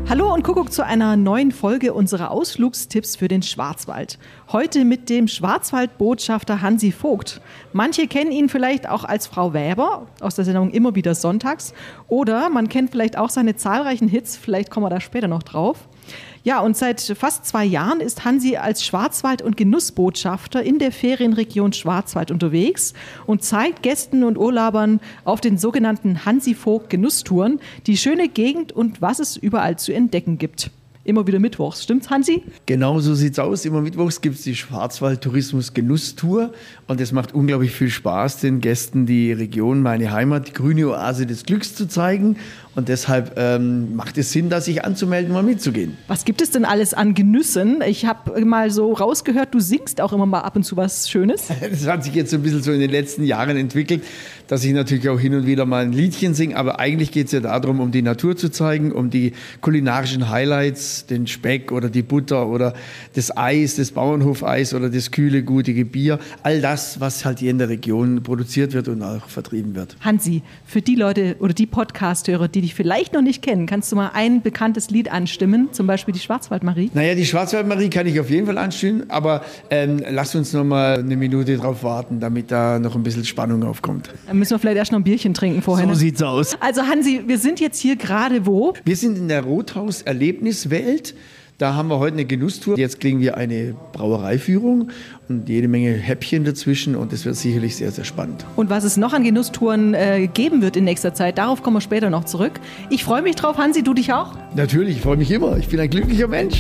Hallo und Kuckuck zu einer neuen Folge unserer Ausflugstipps für den Schwarzwald. Heute mit dem Schwarzwaldbotschafter Hansi Vogt. Manche kennen ihn vielleicht auch als Frau Weber aus der Sendung Immer wieder sonntags. Oder man kennt vielleicht auch seine zahlreichen Hits, vielleicht kommen wir da später noch drauf. Ja, und seit fast 2 Jahren ist Hansi als Schwarzwald- und Genussbotschafter in der Ferienregion Schwarzwald unterwegs und zeigt Gästen und Urlaubern auf den sogenannten Hansi Vogt Genusstouren die schöne Gegend und was es überall zu entdecken gibt. Immer wieder mittwochs, stimmt's, Hansi? Genau so sieht's aus. Immer mittwochs gibt es die Schwarzwald-Tourismus-Genusstour und es macht unglaublich viel Spaß, den Gästen die Region, meine Heimat, die grüne Oase des Glücks zu zeigen. Und deshalb macht es Sinn, da sich anzumelden, mal mitzugehen. Was gibt es denn alles an Genüssen? Ich habe mal so rausgehört, du singst auch immer mal ab und zu was Schönes. Das hat sich jetzt so ein bisschen so in den letzten Jahren entwickelt, dass ich natürlich auch hin und wieder mal ein Liedchen singe. Aber eigentlich geht es ja darum, um die Natur zu zeigen, um die kulinarischen Highlights, den Speck oder die Butter oder das Eis, das Bauernhofeis oder das kühle, gutige Bier. All das, was halt hier in der Region produziert wird und auch vertrieben wird. Hansi, für die Leute oder die Podcast-Hörer, die dich vielleicht noch nicht kennen, kannst du mal ein bekanntes Lied anstimmen, zum Beispiel die Schwarzwaldmarie? Naja, die Schwarzwaldmarie kann ich auf jeden Fall anstimmen, aber lass uns noch mal eine Minute drauf warten, damit da noch ein bisschen Spannung aufkommt. Dann müssen wir vielleicht erst noch ein Bierchen trinken vorher. So sieht's aus. Also Hansi, wir sind jetzt hier gerade wo? Wir sind in der Rothaus-Erlebniswelt. Da haben wir heute eine Genusstour. Jetzt kriegen wir eine Brauereiführung und jede Menge Häppchen dazwischen und das wird sicherlich sehr, sehr spannend. Und was es noch an Genusstouren geben wird in nächster Zeit, darauf kommen wir später noch zurück. Ich freue mich drauf, Hansi, du dich auch? Natürlich, ich freue mich immer. Ich bin ein glücklicher Mensch.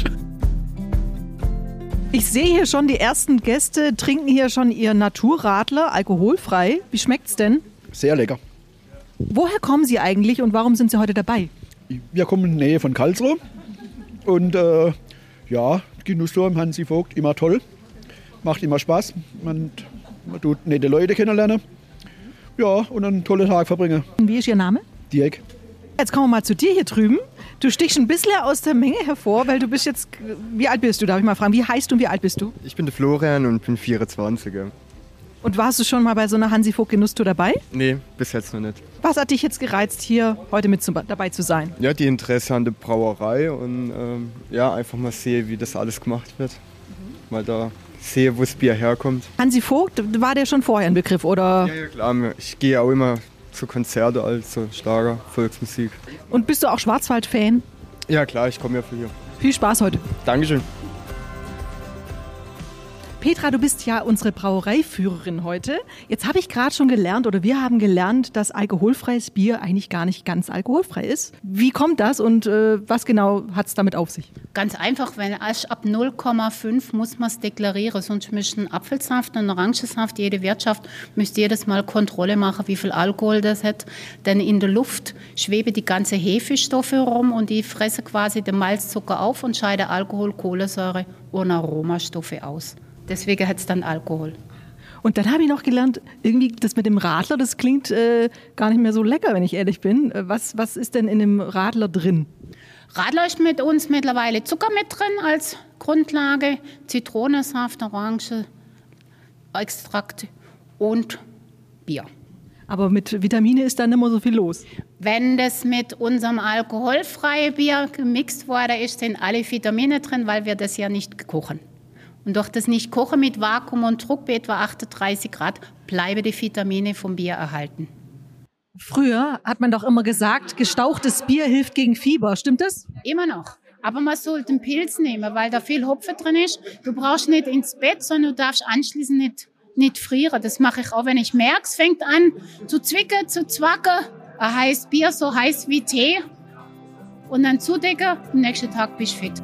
Ich sehe hier schon, die ersten Gäste trinken hier schon ihr Naturradler, alkoholfrei. Wie schmeckt's denn? Sehr lecker. Woher kommen Sie eigentlich und warum sind Sie heute dabei? Wir kommen in die Nähe von Karlsruhe und Genusstour im Hansi Vogt, immer toll. Macht immer Spaß. Man tut nette Leute kennenlernen. Ja, und einen tollen Tag verbringen. Wie ist Ihr Name? Dirk. Jetzt kommen wir mal zu dir hier drüben. Du stichst ein bisschen aus der Menge hervor, weil du bist jetzt, wie alt bist du, darf ich mal fragen, wie heißt du und wie alt bist du? Ich bin der Florian und bin 24. Und warst du schon mal bei so einer Hansi Vogt Genusstour dabei? Nee, bis jetzt noch nicht. Was hat dich jetzt gereizt, hier heute mit dabei zu sein? Ja, die Interesse an der Brauerei und einfach mal sehen, wie das alles gemacht wird. Mal da sehen, wo das Bier herkommt. Hansi Vogt, war der schon vorher ein Begriff, oder? Ja, klar. Ich gehe auch immer zu Konzerte, also Schlager, Volksmusik. Und bist du auch Schwarzwald-Fan? Ja klar, ich komme ja für hier. Viel Spaß heute. Dankeschön. Petra, du bist ja unsere Brauereiführerin heute. Jetzt habe ich gerade schon gelernt, oder wir haben gelernt, dass alkoholfreies Bier eigentlich gar nicht ganz alkoholfrei ist. Wie kommt das und was genau hat es damit auf sich? Ganz einfach, weil erst ab 0,5 muss man es deklarieren. Sonst müssen Apfelsaft und Orangensaft, jede Wirtschaft müsste jedes Mal Kontrolle machen, wie viel Alkohol das hat. Denn in der Luft schweben die ganzen Hefestoffe rum und die fressen quasi den Malzzucker auf und scheiden Alkohol, Kohlensäure und Aromastoffe aus. Deswegen hat es dann Alkohol. Und dann habe ich noch gelernt, irgendwie das mit dem Radler, das klingt gar nicht mehr so lecker, wenn ich ehrlich bin. Was ist denn in dem Radler drin? Radler ist mit uns mittlerweile Zucker mit drin als Grundlage, Zitronensaft, Orangenextrakt und Bier. Aber mit Vitamine ist da nicht mehr so viel los. Wenn das mit unserem alkoholfreien Bier gemixt worden ist, sind alle Vitamine drin, weil wir das ja nicht kochen. Und durch das Nicht-Kochen mit Vakuum und Druck bei etwa 38 Grad bleiben die Vitamine vom Bier erhalten. Früher hat man doch immer gesagt, gestauchtes Bier hilft gegen Fieber. Stimmt das? Immer noch. Aber man sollte einen Pilz nehmen, weil da viel Hopfen drin ist. Du brauchst nicht ins Bett, sondern du darfst anschließend nicht frieren. Das mache ich auch, wenn ich merke, es fängt an zu zwicken, zu zwacken. Ein heißes Bier, so heiß wie Tee. Und dann zudecken, am nächsten Tag bist du fit.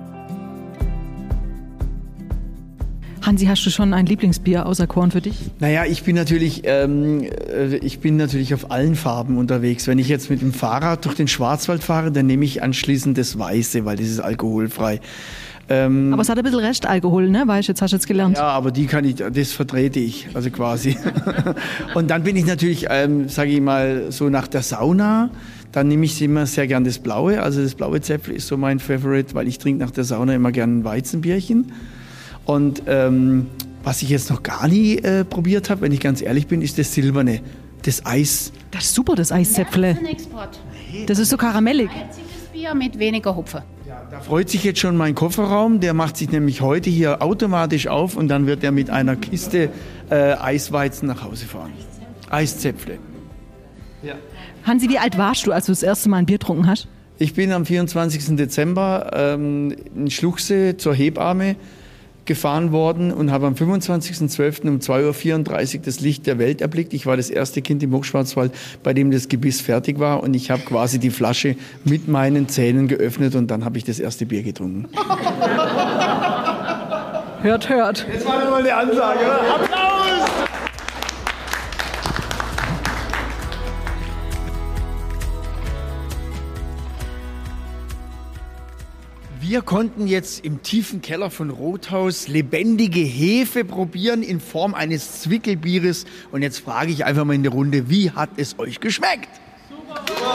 Hansi, hast du schon ein Lieblingsbier auserkoren für dich? Naja, ich bin natürlich auf allen Farben unterwegs. Wenn ich jetzt mit dem Fahrrad durch den Schwarzwald fahre, dann nehme ich anschließend das Weiße, weil das ist alkoholfrei. Aber es hat ein bisschen Restalkohol, ne? Weißt du, jetzt hast du jetzt gelernt. Ja, aber das vertrete ich, also quasi. Und dann bin ich natürlich, sage ich mal, so nach der Sauna. Dann nehme ich immer sehr gern das Blaue. Also das blaue Zäpfle ist so mein Favorite, weil ich trinke nach der Sauna immer gern ein Weizenbierchen. Und was ich jetzt noch gar nie probiert habe, wenn ich ganz ehrlich bin, ist das Silberne, das Eis. Das ist super, das Eiszäpfle. Das ist ein Export. Das ist so karamellig. Einziges Bier mit weniger Hopfen. Ja, Da freut sich jetzt schon mein Kofferraum. Der macht sich nämlich heute hier automatisch auf und dann wird er mit einer Kiste Eisweizen nach Hause fahren. Eiszäpfle. Ja. Hansi, wie alt warst du, als du das erste Mal ein Bier getrunken hast? Ich bin am 24. Dezember in Schluchsee zur Hebamme gefahren worden und habe am 25.12. um 2.34 Uhr das Licht der Welt erblickt. Ich war das erste Kind im Hochschwarzwald, bei dem das Gebiss fertig war und ich habe quasi die Flasche mit meinen Zähnen geöffnet und dann habe ich das erste Bier getrunken. Hört, hört. Das war mal eine Ansage, oder? Applaus! Wir konnten jetzt im tiefen Keller von Rothaus lebendige Hefe probieren in Form eines Zwickelbieres. Und jetzt frage ich einfach mal in der Runde, wie hat es euch geschmeckt? Super!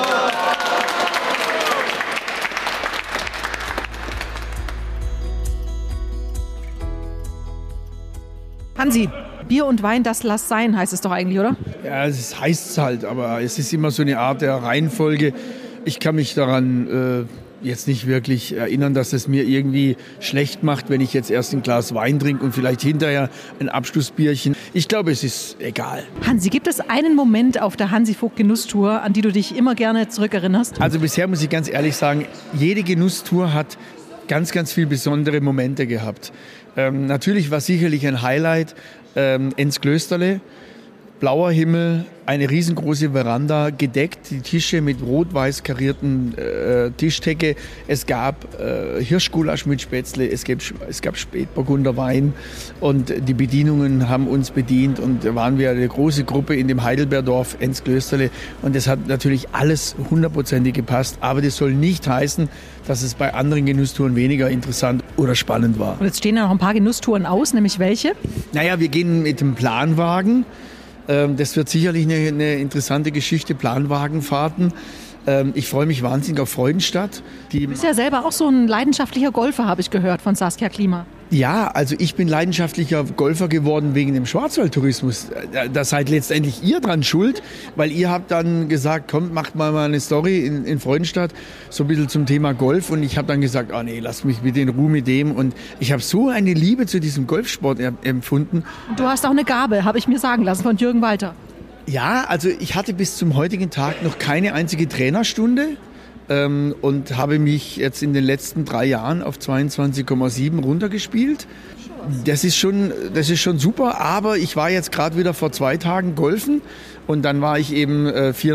Hansi, Bier und Wein, das lass sein, heißt es doch eigentlich, oder? Ja, es heißt es halt, aber es ist immer so eine Art der Reihenfolge. Ich kann mich daran jetzt nicht wirklich erinnern, dass es mir irgendwie schlecht macht, wenn ich jetzt erst ein Glas Wein trinke und vielleicht hinterher ein Abschlussbierchen. Ich glaube, es ist egal. Hansi, gibt es einen Moment auf der Hansi-Vogt-Genusstour, an die du dich immer gerne zurückerinnerst? Also bisher muss ich ganz ehrlich sagen, jede Genusstour hat ganz, ganz viele besondere Momente gehabt. Natürlich war sicherlich ein Highlight Enzklösterle. Blauer Himmel, eine riesengroße Veranda, gedeckt, die Tische mit rot-weiß karierten Tischdecke. Es gab Hirschgulasch mit Spätzle, es gab Spätburgunder Wein und die Bedienungen haben uns bedient und da waren wir eine große Gruppe in dem Heidelbeerdorf Enzklösterle und das hat natürlich alles 100%ig gepasst, aber das soll nicht heißen, dass es bei anderen Genusstouren weniger interessant oder spannend war. Und jetzt stehen da noch ein paar Genusstouren aus, nämlich welche? Naja, wir gehen mit dem Planwagen. Das wird sicherlich eine interessante Geschichte, Planwagenfahrten. Ich freue mich wahnsinnig auf Freudenstadt. Du bist ja selber auch so ein leidenschaftlicher Golfer, habe ich gehört, von Saskia Klima. Ja, also ich bin leidenschaftlicher Golfer geworden wegen dem Schwarzwaldtourismus. Da seid letztendlich ihr dran schuld, weil ihr habt dann gesagt, kommt, macht mal eine Story in Freudenstadt, so ein bisschen zum Thema Golf. Und ich habe dann gesagt, nee, lasst mich bitte in Ruhe mit dem. Und ich habe so eine Liebe zu diesem Golfsport empfunden. Und du hast auch eine Gabe, habe ich mir sagen lassen, von Jürgen Walter. Ja, also ich hatte bis zum heutigen Tag noch keine einzige Trainerstunde. Und habe mich jetzt in den letzten 3 Jahren auf 22,7 runtergespielt. Das ist schon super, aber ich war jetzt gerade wieder vor 2 Tagen golfen und dann war ich eben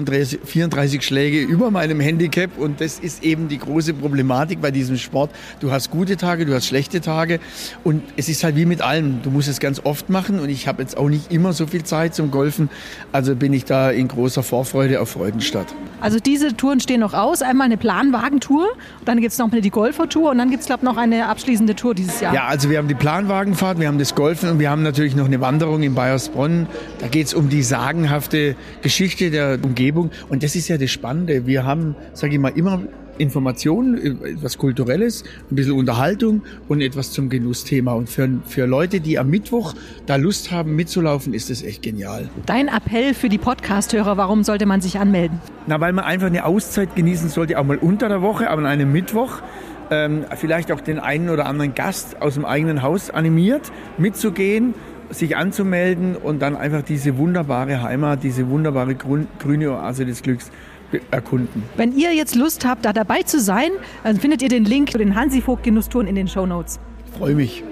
34 Schläge über meinem Handicap und das ist eben die große Problematik bei diesem Sport. Du hast gute Tage, du hast schlechte Tage und es ist halt wie mit allem. Du musst es ganz oft machen und ich habe jetzt auch nicht immer so viel Zeit zum Golfen, also bin ich da in großer Vorfreude auf Freudenstadt. Also diese Touren stehen noch aus, einmal eine Planwagentour, dann gibt es noch die Golfertour und dann gibt es, glaube ich, noch eine abschließende Tour dieses Jahr. Ja, also wir haben die Planwagenfahrt, wir haben das Golfen und wir haben natürlich noch eine Wanderung in Baiersbronn. Da geht es um die sagenhafte Geschichte der Umgebung und das ist ja das Spannende. Wir haben, sage ich mal, immer Informationen, etwas Kulturelles, ein bisschen Unterhaltung und etwas zum Genussthema. Und für Leute, die am Mittwoch da Lust haben mitzulaufen, ist das echt genial. Dein Appell für die Podcast-Hörer, warum sollte man sich anmelden? Na, weil man einfach eine Auszeit genießen sollte, auch mal unter der Woche, aber an einem Mittwoch. Vielleicht auch den einen oder anderen Gast aus dem eigenen Haus animiert, mitzugehen, sich anzumelden und dann einfach diese wunderbare Heimat, diese wunderbare grüne Oase des Glücks erkunden. Wenn ihr jetzt Lust habt, da dabei zu sein, dann findet ihr den Link zu den Hansi-Vogt-Genusstouren in den Shownotes. Freue mich.